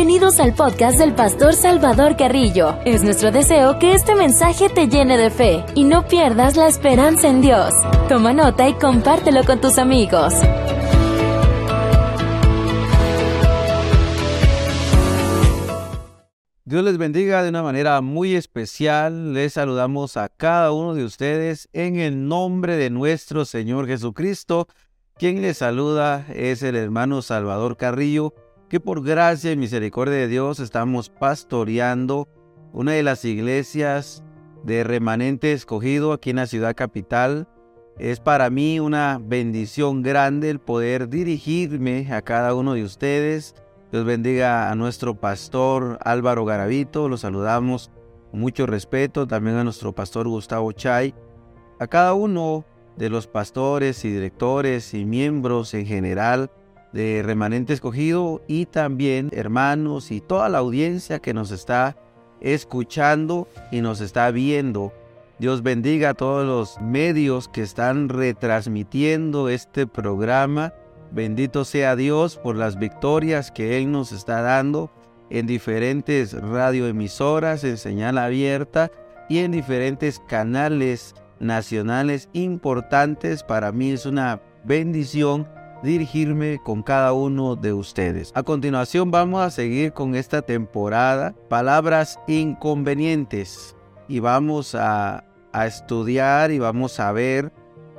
Bienvenidos al podcast del Pastor Salvador Carrillo. Es nuestro deseo que este mensaje te llene de fe y no pierdas la esperanza en Dios. Toma nota y compártelo con tus amigos. Dios les bendiga de una manera muy especial. Les saludamos a cada uno de ustedes en el nombre de nuestro Señor Jesucristo. Quien les saluda es el hermano Salvador Carrillo, que por gracia y misericordia de Dios estamos pastoreando una de las iglesias de Remanente Escogido aquí en la ciudad capital. Es para mí una bendición grande el poder dirigirme a cada uno de ustedes. Dios bendiga a nuestro pastor Álvaro Garavito, lo saludamos con mucho respeto, también a nuestro pastor Gustavo Chay, a cada uno de los pastores y directores y miembros en general de Remanente Escogido y también hermanos y toda la audiencia que nos está escuchando y nos está viendo. Dios bendiga a todos los medios que están retransmitiendo este programa. Bendito sea Dios por las victorias que Él nos está dando en diferentes radioemisoras, en señal abierta y en diferentes canales nacionales importantes. Para mí es una bendición dirigirme con cada uno de ustedes. A continuación vamos a seguir con esta temporada, palabras inconvenientes, y vamos a estudiar y vamos a ver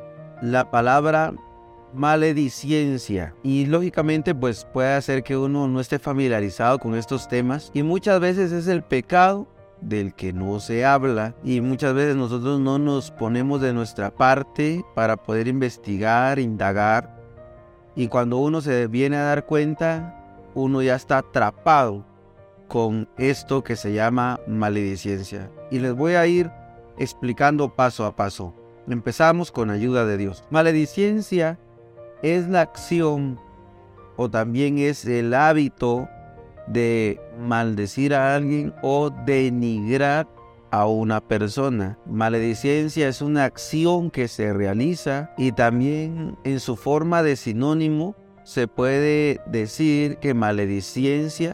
la palabra maledicencia, y lógicamente pues puede hacer que uno no esté familiarizado con estos temas, y muchas veces es el pecado del que no se habla, y muchas veces nosotros no nos ponemos de nuestra parte para poder investigar, indagar, y cuando uno se viene a dar cuenta, uno ya está atrapado con esto que se llama maledicencia, y les voy a ir explicando paso a paso. Empezamos con ayuda de Dios. Maledicencia es la acción o también es el hábito de maldecir a alguien o denigrar a una persona. Maledicencia es una acción que se realiza, y también en su forma de sinónimo se puede decir que maledicencia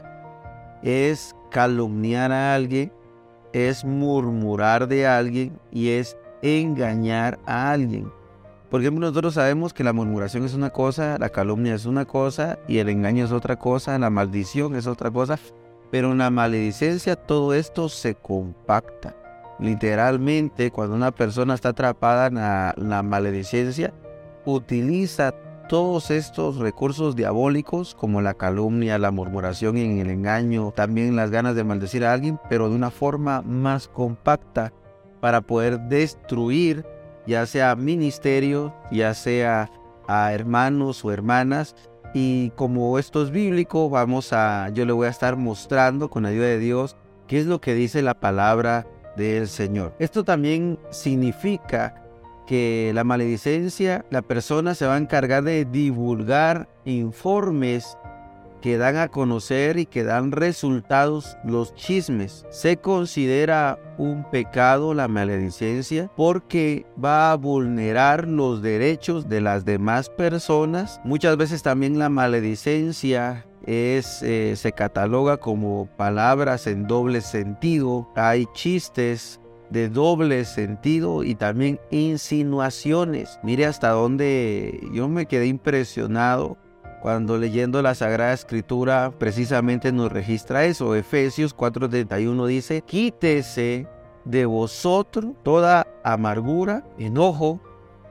es calumniar a alguien, es murmurar de alguien y es engañar a alguien. Por ejemplo, nosotros sabemos que la murmuración es una cosa, la calumnia es una cosa y el engaño es otra cosa, la maldición es otra cosa, pero en la maledicencia todo esto se compacta. Literalmente, cuando una persona está atrapada en la maledicencia, utiliza todos estos recursos diabólicos como la calumnia, la murmuración y el engaño, también las ganas de maldecir a alguien, pero de una forma más compacta para poder destruir ya sea ministerio, ya sea a hermanos o hermanas. Y como esto es bíblico, yo le voy a estar mostrando con ayuda de Dios qué es lo que dice la palabra del Señor. Esto también significa que la maledicencia, la persona se va a encargar de divulgar informes que dan a conocer y que dan resultados, los chismes. Se considera un pecado la maledicencia porque va a vulnerar los derechos de las demás personas. Muchas veces también la maledicencia se cataloga como palabras en doble sentido. Hay chistes de doble sentido y también insinuaciones. Mire hasta dónde yo me quedé impresionado cuando leyendo la Sagrada Escritura precisamente nos registra eso. Efesios 4:31 dice: quítese de vosotros toda amargura, enojo,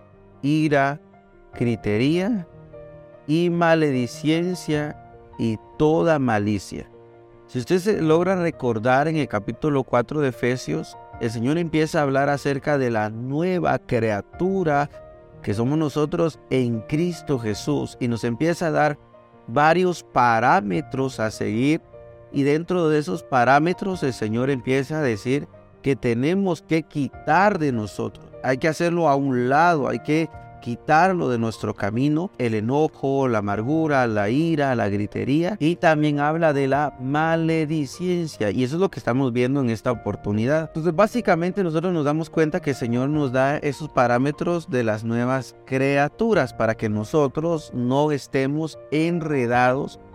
ira, gritería y maledicencia y toda malicia. Si usted se logra recordar, en el capítulo 4 de Efesios, el Señor empieza a hablar acerca de la nueva criatura que somos nosotros en Cristo Jesús, y nos empieza a dar varios parámetros a seguir, y dentro de esos parámetros el Señor empieza a decir que tenemos que quitar de nosotros, hay que hacerlo a un lado, hay que quitarlo de nuestro camino, el enojo, la amargura, la ira, la gritería, y también habla de la maledicencia, y eso es lo que estamos viendo en esta oportunidad. Entonces básicamente nosotros nos damos cuenta que el Señor nos da esos parámetros de las nuevas criaturas para que nosotros no estemos enredados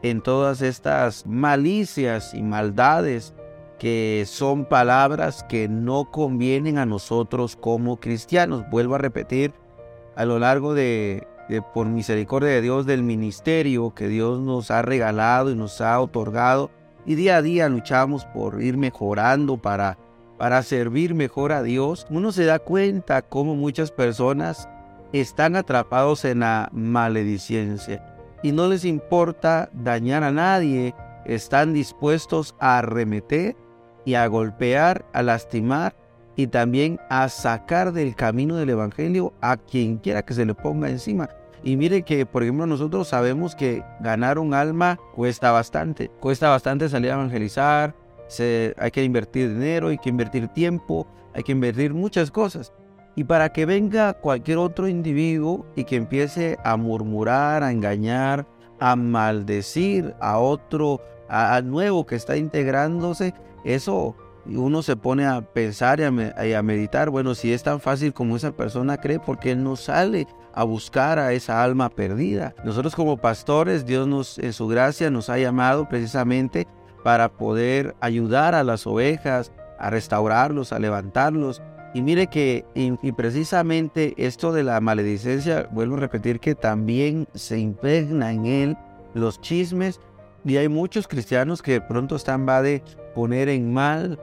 en todas estas malicias y maldades que son palabras que no convienen a nosotros como cristianos. Vuelvo a repetir, a lo largo por misericordia de Dios, del ministerio que Dios nos ha regalado y nos ha otorgado, y día a día luchamos por ir mejorando para servir mejor a Dios, uno se da cuenta cómo muchas personas están atrapados en la maledicencia y no les importa dañar a nadie, están dispuestos a arremeter y a golpear, a lastimar y también a sacar del camino del evangelio a quien quiera que se le ponga encima. Y mire que, por ejemplo, nosotros sabemos que ganar un alma cuesta bastante salir a evangelizar, hay que invertir dinero, hay que invertir tiempo, hay que invertir muchas cosas. Y para que venga cualquier otro individuo y que empiece a murmurar, a engañar, a maldecir a otro, al nuevo que está integrándose, eso uno se pone a pensar y a meditar. Bueno, si es tan fácil como esa persona cree, ¿por qué no sale a buscar a esa alma perdida? Nosotros como pastores, Dios en su gracia nos ha llamado precisamente para poder ayudar a las ovejas, a restaurarlos, a levantarlos. Y mire que y precisamente esto de la maledicencia, vuelvo a repetir que también se impregna en él los chismes, y hay muchos cristianos que de pronto están de poner en mal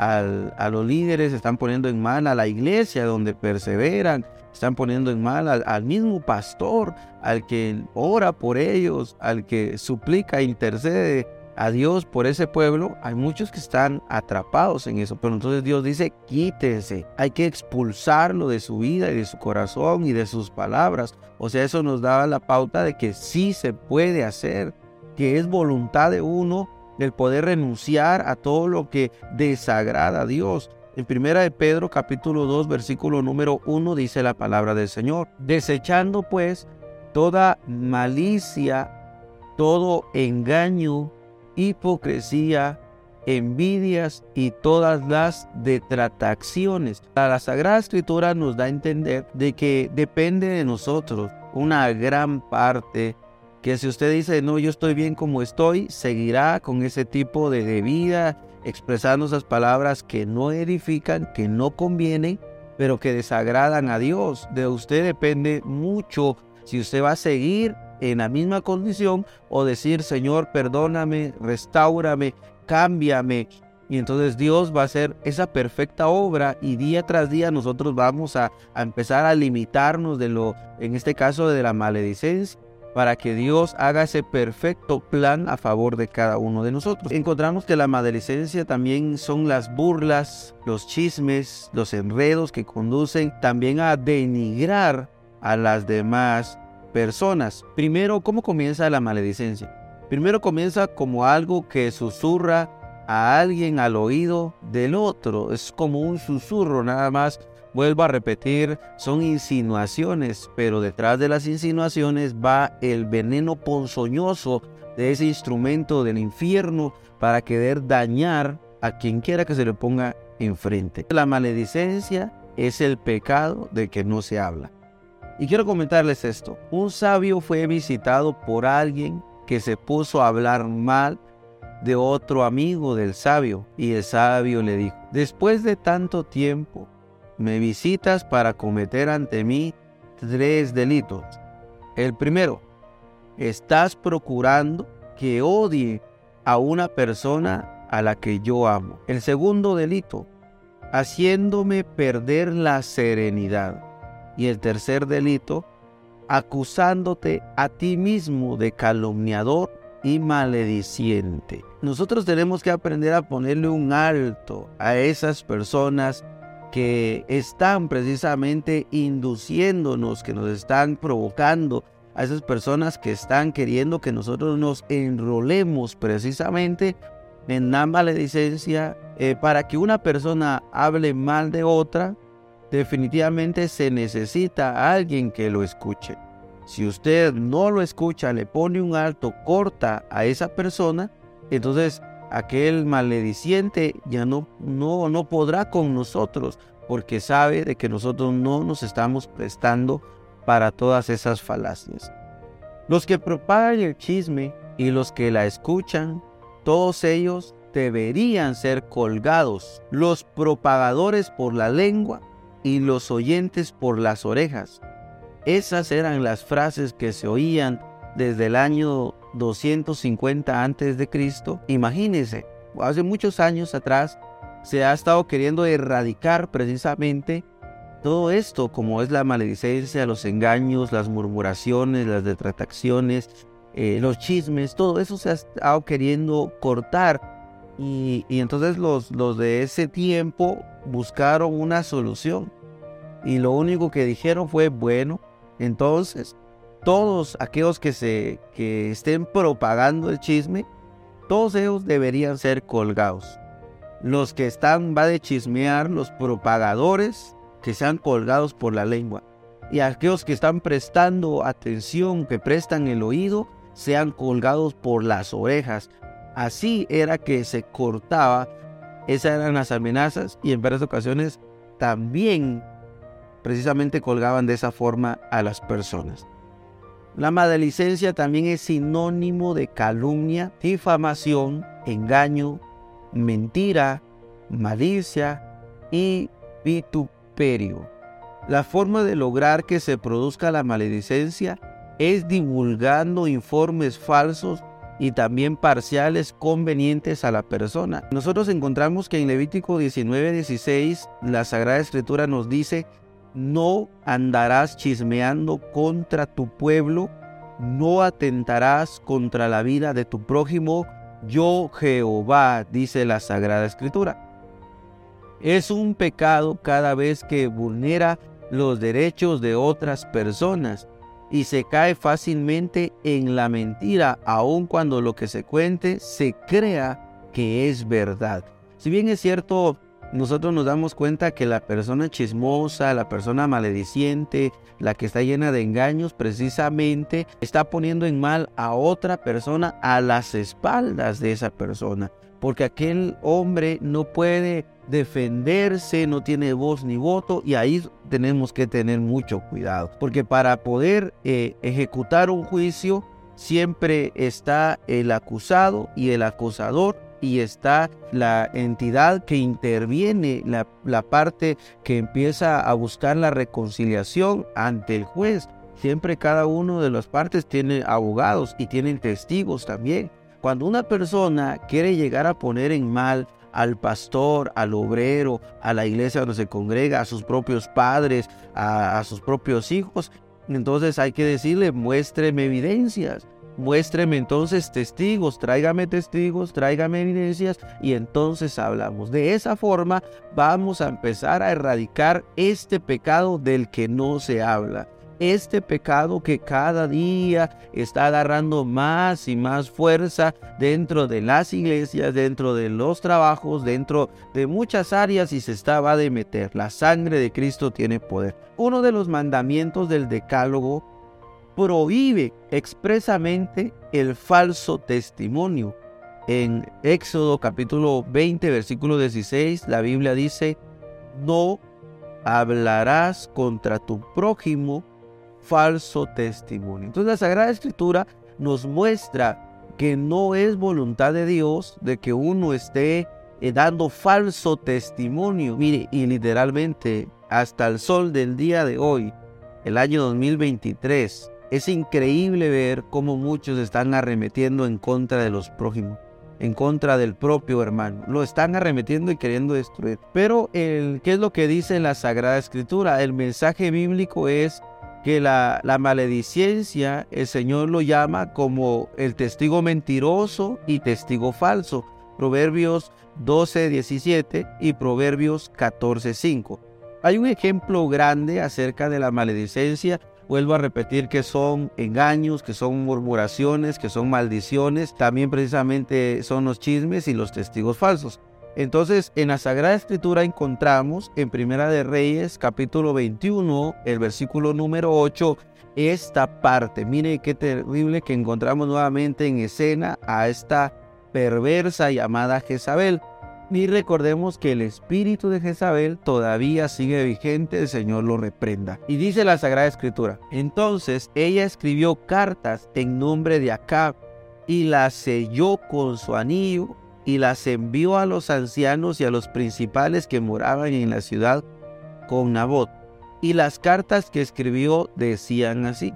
a los líderes, están poniendo en mal a la iglesia donde perseveran, están poniendo en mal al mismo pastor, al que ora por ellos, al que suplica, intercede a Dios por ese pueblo. Hay muchos que están atrapados en eso, pero entonces Dios dice, quítese, hay que expulsarlo de su vida y de su corazón y de sus palabras. O sea, eso nos da la pauta de que sí se puede hacer, que es voluntad de uno el poder renunciar a todo lo que desagrada a Dios. En 1 de Pedro capítulo 2 versículo número 1 dice la palabra del Señor: desechando pues toda malicia, todo engaño, hipocresía, envidias y todas las detracciones. La Sagrada Escritura nos da a entender de que depende de nosotros una gran parte, que si usted dice, no, yo estoy bien como estoy, seguirá con ese tipo de vida, expresando esas palabras que no edifican, que no convienen, pero que desagradan a Dios. De usted depende mucho si usted va a seguir en la misma condición o decir, Señor, perdóname, restáurame, cámbiame. Y entonces Dios va a hacer esa perfecta obra, y día tras día nosotros vamos a empezar a limitarnos en este caso de la maledicencia, para que Dios haga ese perfecto plan a favor de cada uno de nosotros. Encontramos que la maledicencia también son las burlas, los chismes, los enredos que conducen también a denigrar a las demás personas. Primero, ¿cómo comienza la maledicencia? Primero comienza como algo que susurra a alguien al oído del otro. Es como un susurro nada más. Vuelvo a repetir, son insinuaciones, pero detrás de las insinuaciones va el veneno ponzoñoso de ese instrumento del infierno para querer dañar a quien quiera que se le ponga enfrente. La maledicencia es el pecado de que no se habla. Y quiero comentarles esto. Un sabio fue visitado por alguien que se puso a hablar mal de otro amigo del sabio, y el sabio le dijo: después de tanto tiempo, me visitas para cometer ante mí 3 delitos. El primero, estás procurando que odie a una persona a la que yo amo. El segundo delito, haciéndome perder la serenidad. Y el tercer delito, acusándote a ti mismo de calumniador y malediciente. Nosotros tenemos que aprender a ponerle un alto a esas personas que están precisamente induciéndonos, que nos están provocando, a esas personas que están queriendo que nosotros nos enrolemos precisamente en la maledicencia. Para que una persona hable mal de otra, definitivamente se necesita a alguien que lo escuche. Si usted no lo escucha, le pone un alto, corta a esa persona, entonces aquel malediciente ya no podrá con nosotros, porque sabe de que nosotros no nos estamos prestando para todas esas falacias. Los que propagan el chisme y los que la escuchan, todos ellos deberían ser colgados, los propagadores por la lengua y los oyentes por las orejas. Esas eran las frases que se oían desde el año 250 a.C. Imagínense, hace muchos años atrás se ha estado queriendo erradicar precisamente todo esto, como es la maledicencia, los engaños, las murmuraciones, las detracciones, los chismes, todo eso se ha estado queriendo cortar. Y entonces los de ese tiempo buscaron una solución. Y lo único que dijeron fue, bueno, entonces todos aquellos que estén propagando el chisme, todos ellos deberían ser colgados. Los que va de chismear, los propagadores, que sean colgados por la lengua. Y aquellos que están prestando atención, que prestan el oído, sean colgados por las orejas. Así era que se cortaba, esas eran las amenazas, y en varias ocasiones también precisamente colgaban de esa forma a las personas. La maledicencia también es sinónimo de calumnia, difamación, engaño, mentira, malicia y vituperio. La forma de lograr que se produzca la maledicencia es divulgando informes falsos y también parciales convenientes a la persona. Nosotros encontramos que en Levítico 19:16 la Sagrada Escritura nos dice: no andarás chismeando contra tu pueblo, no atentarás contra la vida de tu prójimo, yo Jehová, dice la Sagrada Escritura. Es un pecado cada vez que vulnera los derechos de otras personas y se cae fácilmente en la mentira, aun cuando lo que se cuente se crea que es verdad. Si bien es cierto, nosotros nos damos cuenta que la persona chismosa, la persona malediciente, la que está llena de engaños, precisamente está poniendo en mal a otra persona a las espaldas de esa persona. Porque aquel hombre no puede defenderse, no tiene voz ni voto, y ahí tenemos que tener mucho cuidado. Porque para poder ejecutar un juicio, siempre está el acusado y el acusador, y está la entidad que interviene, la parte que empieza a buscar la reconciliación ante el juez. Siempre cada uno de las partes tiene abogados y tienen testigos también. Cuando una persona quiere llegar a poner en mal al pastor, al obrero, a la iglesia donde se congrega, a sus propios padres, a sus propios hijos, entonces hay que decirle: muéstreme evidencias. Muéstreme entonces testigos, tráigame evidencias, y entonces hablamos. De esa forma vamos a empezar a erradicar este pecado del que no se habla. Este pecado que cada día está agarrando más y más fuerza dentro de las iglesias, dentro de los trabajos, dentro de muchas áreas, y se va de meter. La sangre de Cristo tiene poder. Uno de los mandamientos del Decálogo prohíbe expresamente el falso testimonio. En Éxodo capítulo 20, versículo 16, la Biblia dice: no hablarás contra tu prójimo falso testimonio. Entonces la Sagrada Escritura nos muestra que no es voluntad de Dios de que uno esté dando falso testimonio. Mire, y literalmente hasta el sol del día de hoy, el año 2023, es increíble ver cómo muchos están arremetiendo en contra de los prójimos, en contra del propio hermano. Lo están arremetiendo y queriendo destruir. Pero ¿qué es lo que dice la Sagrada Escritura? El mensaje bíblico es que la maledicencia, el Señor lo llama como el testigo mentiroso y testigo falso. Proverbios 12:17 y Proverbios 14:5. Hay un ejemplo grande acerca de la maledicencia. Vuelvo a repetir que son engaños, que son murmuraciones, que son maldiciones. También precisamente son los chismes y los testigos falsos. Entonces, en la Sagrada Escritura encontramos en Primera de Reyes, capítulo 21, el versículo número 8, esta parte. Mire qué terrible que encontramos nuevamente en escena a esta perversa llamada Jezabel. Y recordemos que el espíritu de Jezabel todavía sigue vigente, el Señor lo reprenda. Y dice la Sagrada Escritura: entonces ella escribió cartas en nombre de Acab, y las selló con su anillo y las envió a los ancianos y a los principales que moraban en la ciudad con Nabot. Y las cartas que escribió decían así: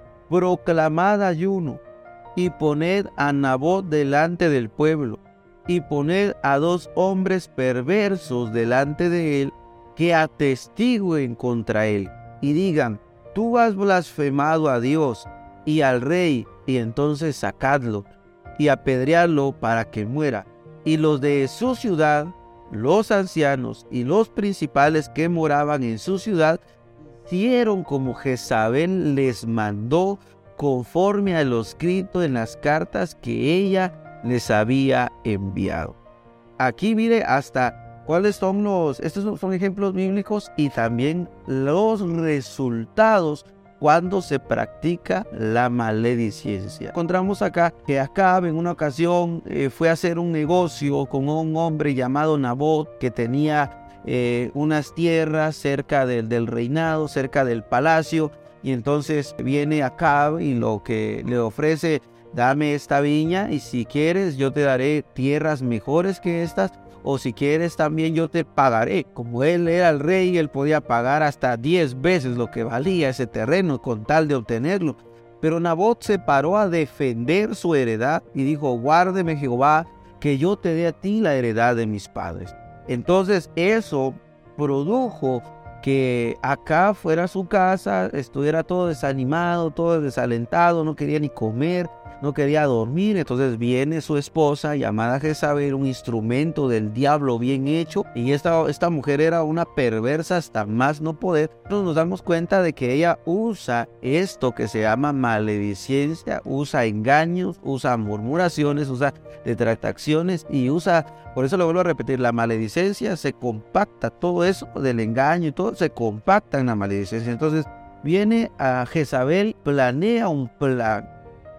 proclamad ayuno y poned a Nabot delante del pueblo, y poned a 2 hombres perversos delante de él, que atestiguen contra él, y digan: tú has blasfemado a Dios y al rey, y entonces sacadlo, y apedreadlo para que muera. Y los de su ciudad, los ancianos y los principales que moraban en su ciudad, hicieron como Jezabel les mandó, conforme a lo escrito en las cartas que ella les había enviado. Aquí mire hasta cuáles son estos son ejemplos bíblicos y también los resultados cuando se practica la maledicencia. Encontramos acá que Acab en una ocasión fue a hacer un negocio con un hombre llamado Nabot, que tenía unas tierras cerca del reinado, cerca del palacio, y entonces viene Acab y lo que le ofrece: dame esta viña y si quieres yo te daré tierras mejores que estas, o si quieres también yo te pagaré. Como él era el rey, él podía pagar hasta 10 veces lo que valía ese terreno con tal de obtenerlo. Pero Nabot se paró a defender su heredad y dijo: guárdeme Jehová, que yo te dé a ti la heredad de mis padres. Entonces eso produjo que acá fuera a su casa, estuviera todo desanimado, todo desalentado, no quería ni comer, no quería dormir. Entonces viene su esposa llamada Jezabel, un instrumento del diablo bien hecho, y esta mujer era una perversa hasta más no poder. Entonces nos damos cuenta de que ella usa esto que se llama maledicencia, usa engaños, usa murmuraciones, usa detractaciones y usa, por eso lo vuelvo a repetir, la maledicencia se compacta, todo eso del engaño y todo se compacta en la maledicencia. Entonces viene a Jezabel, planea un plan.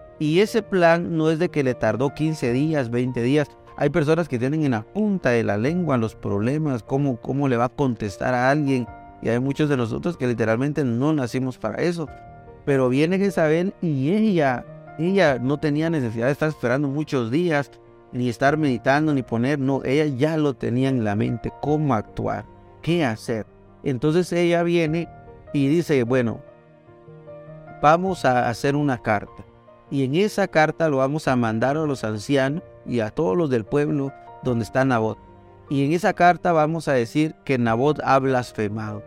Y ese plan no es de que le tardó 15 días, 20 días. Hay personas que tienen en la punta de la lengua los problemas, cómo le va a contestar a alguien. Y hay muchos de nosotros que literalmente no nacimos para eso. Pero viene Jezabel y ella no tenía necesidad de estar esperando muchos días, ni estar meditando, ni poner. No, ella ya lo tenía en la mente, cómo actuar, qué hacer. Entonces ella viene y dice: bueno, vamos a hacer una carta. Y en esa carta lo vamos a mandar a los ancianos y a todos los del pueblo donde está Nabot. Y en esa carta vamos a decir que Nabot ha blasfemado.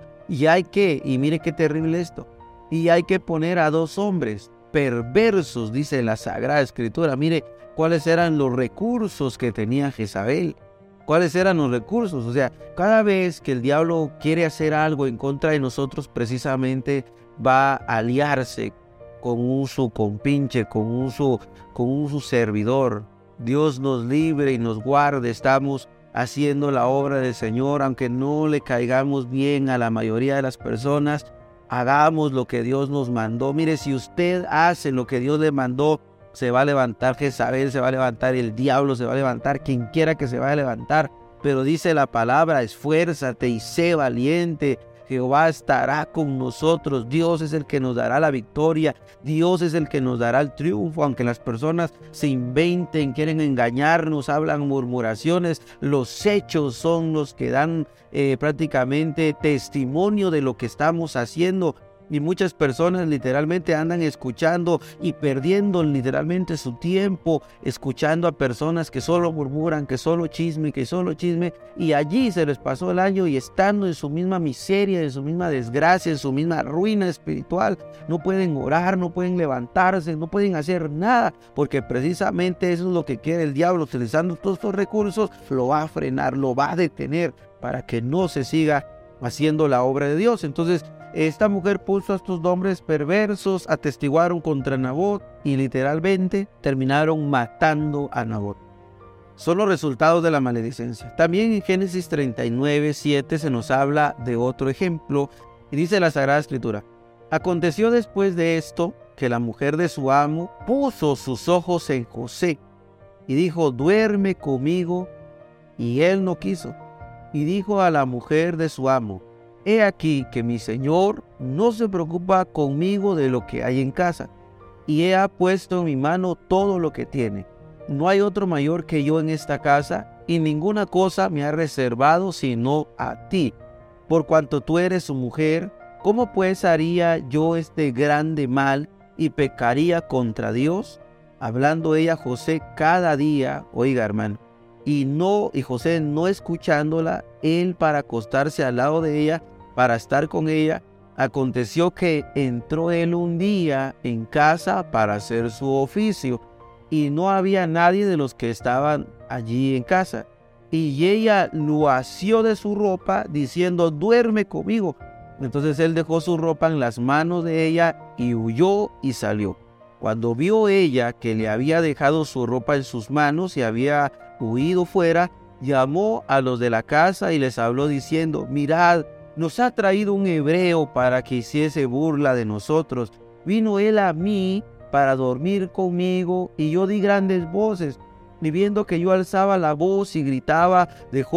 Y mire qué terrible esto, y hay que poner a 2 hombres perversos, dice la Sagrada Escritura. Mire cuáles eran los recursos que tenía Jezabel. ¿Cuáles eran los recursos? O sea, cada vez que el diablo quiere hacer algo en contra de nosotros, precisamente va a aliarse con un su compinche, con un su servidor. Dios nos libre y nos guarde. Estamos haciendo la obra del Señor, aunque no le caigamos bien a la mayoría de las personas. Hagamos lo que Dios nos mandó. Mire, si usted hace lo que Dios le mandó, se va a levantar Jezabel, se va a levantar el diablo, se va a levantar quien quiera que se vaya a levantar. Pero dice la palabra: esfuérzate y sé valiente. Jehová estará con nosotros. Dios es el que nos dará la victoria. Dios es el que nos dará el triunfo. Aunque las personas se inventen, quieren engañarnos, hablan murmuraciones, los hechos son los que dan prácticamente testimonio de lo que estamos haciendo. Y muchas personas literalmente andan escuchando y perdiendo literalmente su tiempo, escuchando a personas que solo murmuran, que solo chisme, y allí se les pasó el año y estando en su misma miseria, en su misma desgracia, en su misma ruina espiritual, no pueden orar, no pueden levantarse, no pueden hacer nada, porque precisamente eso es lo que quiere el diablo. Utilizando todos estos recursos, lo va a frenar, lo va a detener para que no se siga haciendo la obra de Dios. Entonces, esta mujer puso a estos hombres perversos, atestiguaron contra Nabot y literalmente terminaron matando a Nabot. Son los resultados de la maledicencia. También en Génesis 39:7 se nos habla de otro ejemplo y dice la Sagrada Escritura: aconteció después de esto que la mujer de su amo puso sus ojos en José y dijo: duerme conmigo. Y él no quiso. Y dijo a la mujer de su amo: he aquí que mi señor no se preocupa conmigo de lo que hay en casa, y he puesto en mi mano todo lo que tiene. No hay otro mayor que yo en esta casa, y ninguna cosa me ha reservado sino a ti. Por cuanto tú eres su mujer, ¿cómo pues haría yo este grande mal y pecaría contra Dios? Hablando ella a José cada día, oiga hermano, y José no escuchándola, él para acostarse al lado de ella, para estar con ella. Aconteció que entró él un día en casa para hacer su oficio, y no había nadie de los que estaban allí en casa. Y ella lo asió de su ropa, diciendo, duerme conmigo. Entonces él dejó su ropa en las manos de ella y huyó y salió. Cuando vio ella que le había dejado su ropa en sus manos y había huido fuera, llamó a los de la casa y les habló diciendo, mirad, nos ha traído un hebreo para que hiciese burla de nosotros. Vino él a mí para dormir conmigo, y yo di grandes voces, y viendo que yo alzaba la voz y gritaba,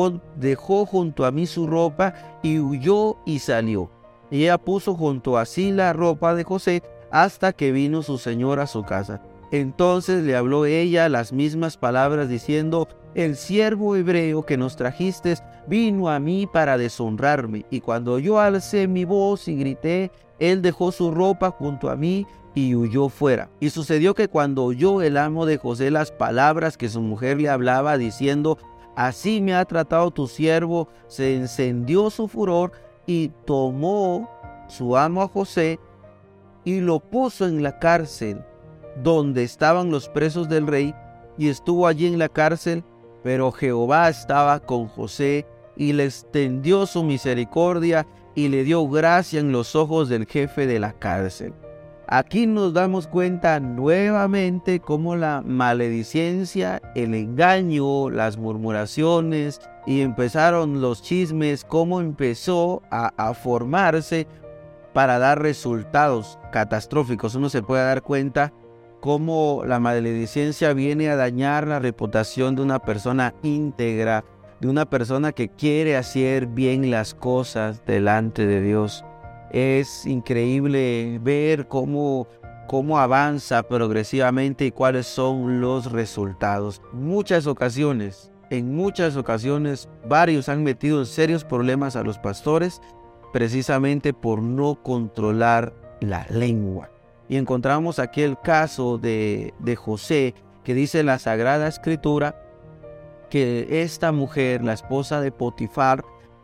dejó junto a mí su ropa y huyó y salió. Y ella puso junto a sí la ropa de José hasta que vino su señor a su casa. Entonces le habló ella las mismas palabras diciendo, el siervo hebreo que nos trajiste vino a mí para deshonrarme, y cuando yo alcé mi voz y grité, él dejó su ropa junto a mí y huyó fuera. Y sucedió que cuando oyó el amo de José las palabras que su mujer le hablaba, diciendo, así me ha tratado tu siervo, se encendió su furor, y tomó su amo a José y lo puso en la cárcel donde estaban los presos del rey, y estuvo allí en la cárcel. Pero Jehová estaba con José y le extendió su misericordia y le dio gracia en los ojos del jefe de la cárcel. Aquí nos damos cuenta nuevamente cómo la maledicencia, el engaño, las murmuraciones y empezaron los chismes, cómo empezó a formarse para dar resultados catastróficos. Uno se puede dar cuenta cómo la maledicencia viene a dañar la reputación de una persona íntegra, de una persona que quiere hacer bien las cosas delante de Dios. Es increíble ver cómo avanza progresivamente y cuáles son los resultados. En muchas ocasiones, varios han metido en serios problemas a los pastores precisamente por no controlar la lengua. Y encontramos aquí el caso de José, que dice en la Sagrada Escritura que esta mujer, la esposa de Potifar,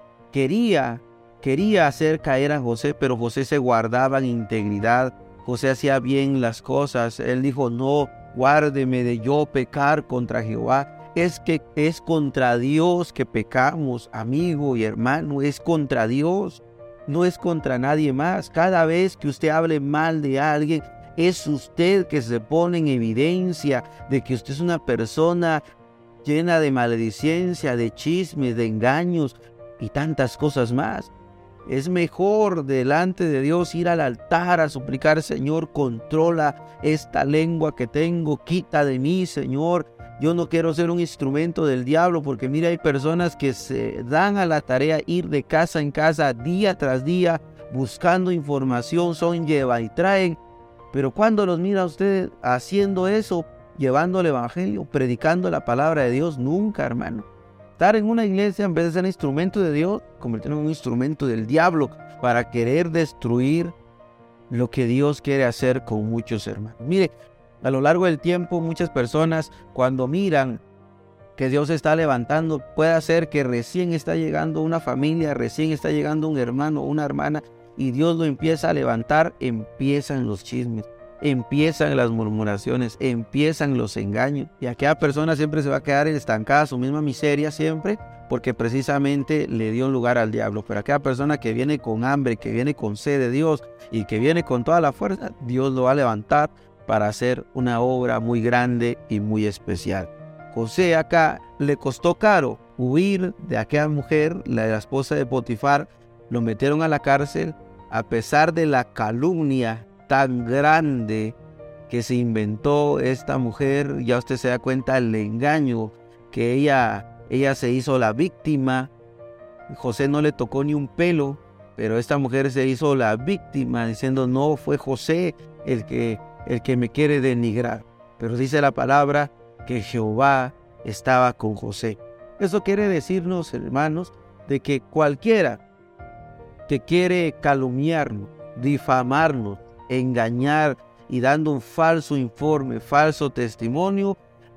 quería hacer caer a José, pero José se guardaba en integridad. José hacía bien las cosas. Él dijo, no, guárdeme de yo pecar contra Jehová. Es que es contra Dios que pecamos, amigo y hermano, es contra Dios. No es contra nadie más. Cada vez que usted hable mal de alguien, es usted que se pone en evidencia de que usted es una persona llena de maledicencia, de chismes, de engaños y tantas cosas más. Es mejor delante de Dios ir al altar a suplicar, Señor, controla esta lengua que tengo, quita de mí, Señor. Yo no quiero ser un instrumento del diablo, porque mira, hay personas que se dan a la tarea ir de casa en casa, día tras día, buscando información, son lleva y traen. Pero cuando los mira usted haciendo eso, llevando el evangelio, predicando la palabra de Dios, nunca, hermano. Estar en una iglesia, en vez de ser instrumento de Dios, convertirlo en un instrumento del diablo para querer destruir lo que Dios quiere hacer con muchos hermanos. Mire, a lo largo del tiempo, muchas personas, cuando miran que Dios está levantando, puede ser que recién está llegando una familia, recién está llegando un hermano o una hermana, y Dios lo empieza a levantar, empiezan los chismes, empiezan las murmuraciones, empiezan los engaños, y aquella persona siempre se va a quedar estancada, su misma miseria siempre, porque precisamente le dio lugar al diablo. Pero aquella persona que viene con hambre, que viene con sed de Dios y que viene con toda la fuerza, Dios lo va a levantar para hacer una obra muy grande y muy especial. José acá le costó caro huir de aquella mujer, la esposa de Potifar. Lo metieron a la cárcel a pesar de la calumnia tan grande que se inventó esta mujer. Ya usted se da cuenta del engaño que ella se hizo la víctima. José no le tocó ni un pelo, pero esta mujer se hizo la víctima diciendo, no, fue José el que el que me quiere denigrar. Pero dice la palabra que Jehová estaba con José. Eso quiere decirnos, hermanos, de que cualquiera que quiere calumniarnos, difamarnos, engañar y dando un falso informe, falso testimonio,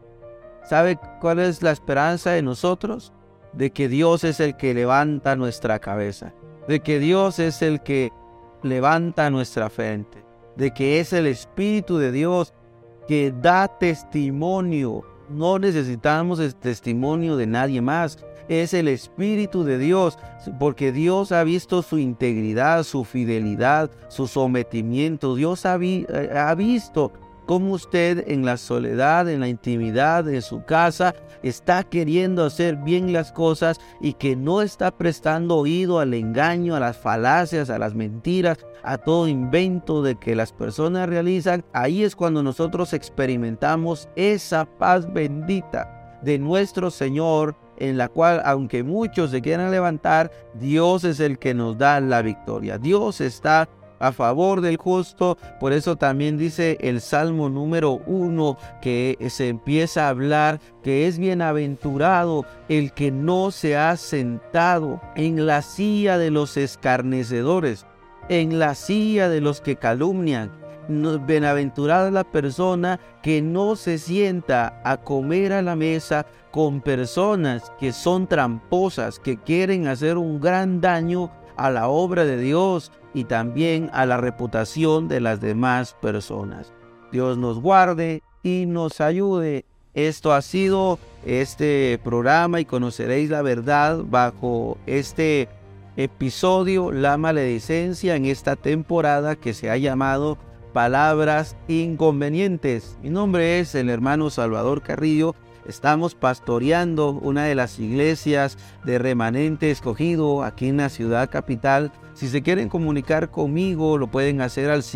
¿sabe cuál es la esperanza de nosotros? De que Dios es el que levanta nuestra cabeza, de que Dios es el que levanta nuestra frente, de que es el Espíritu de Dios que da testimonio. No necesitamos el testimonio de nadie más. Es el Espíritu de Dios, porque Dios ha visto su integridad, su fidelidad, su sometimiento. Dios ha visto cómo usted en la soledad, en la intimidad de su casa, está queriendo hacer bien las cosas y que no está prestando oído al engaño, a las falacias, a las mentiras, a todo invento de que las personas realizan. Ahí es cuando nosotros experimentamos esa paz bendita de nuestro Señor, en la cual, aunque muchos se quieran levantar, Dios es el que nos da la victoria. Dios está a favor del justo. Por eso también dice el Salmo número 1, que se empieza a hablar que es bienaventurado el que no se ha sentado en la silla de los escarnecedores, en la silla de los que calumnian. Bienaventurada la persona que no se sienta a comer a la mesa con personas que son tramposas, que quieren hacer un gran daño a la obra de Dios y también a la reputación de las demás personas. Dios nos guarde y nos ayude. Esto ha sido este programa y conoceréis la verdad bajo este episodio, la maledicencia, en esta temporada que se ha llamado Palabras Inconvenientes. Mi nombre es el hermano Salvador Carrillo. Estamos pastoreando una de las iglesias de Remanente Escogido aquí en la ciudad capital. Si se quieren comunicar conmigo, lo pueden hacer al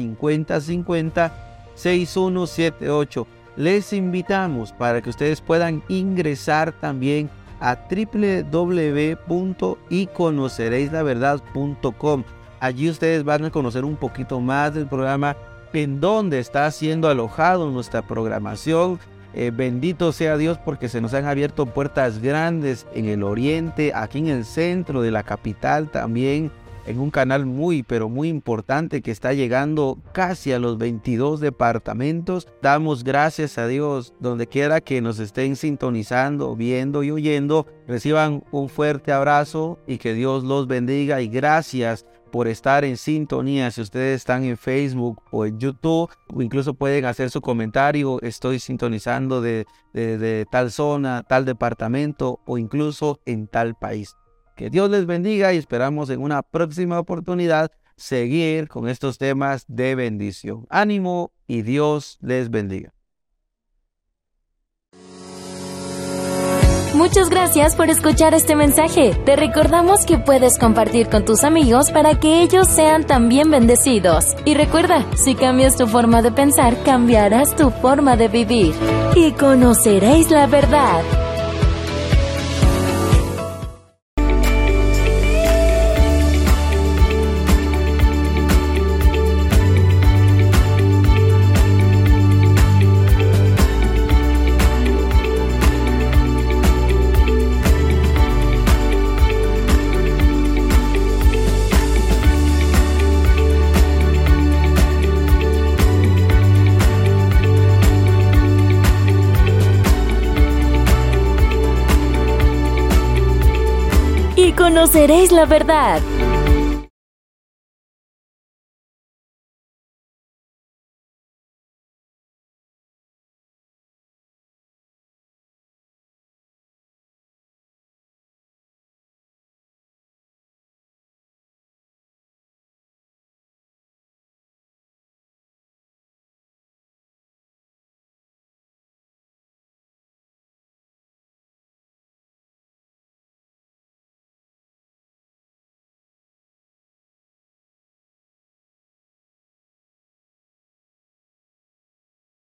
5050-6178. Les invitamos para que ustedes puedan ingresar también a www.yconocereislaverdad.com. Allí ustedes van a conocer un poquito más del programa, en donde está siendo alojado nuestra programación. Bendito sea Dios, porque se nos han abierto puertas grandes en el oriente, aquí en el centro de la capital también, en un canal muy importante que está llegando casi a los 22 departamentos. Damos gracias a Dios donde quiera que nos estén sintonizando, viendo y oyendo. Reciban un fuerte abrazo y que Dios los bendiga, y gracias por estar en sintonía. Si ustedes están en Facebook o en YouTube, o incluso pueden hacer su comentario: estoy sintonizando de tal zona, tal departamento o incluso en tal país. Que Dios les bendiga y esperamos en una próxima oportunidad seguir con estos temas de bendición. Ánimo y Dios les bendiga. Muchas gracias por escuchar este mensaje. Te recordamos que puedes compartir con tus amigos para que ellos sean también bendecidos. Y recuerda, si cambias tu forma de pensar, cambiarás tu forma de vivir. Y conoceréis la verdad. Conoceréis la verdad.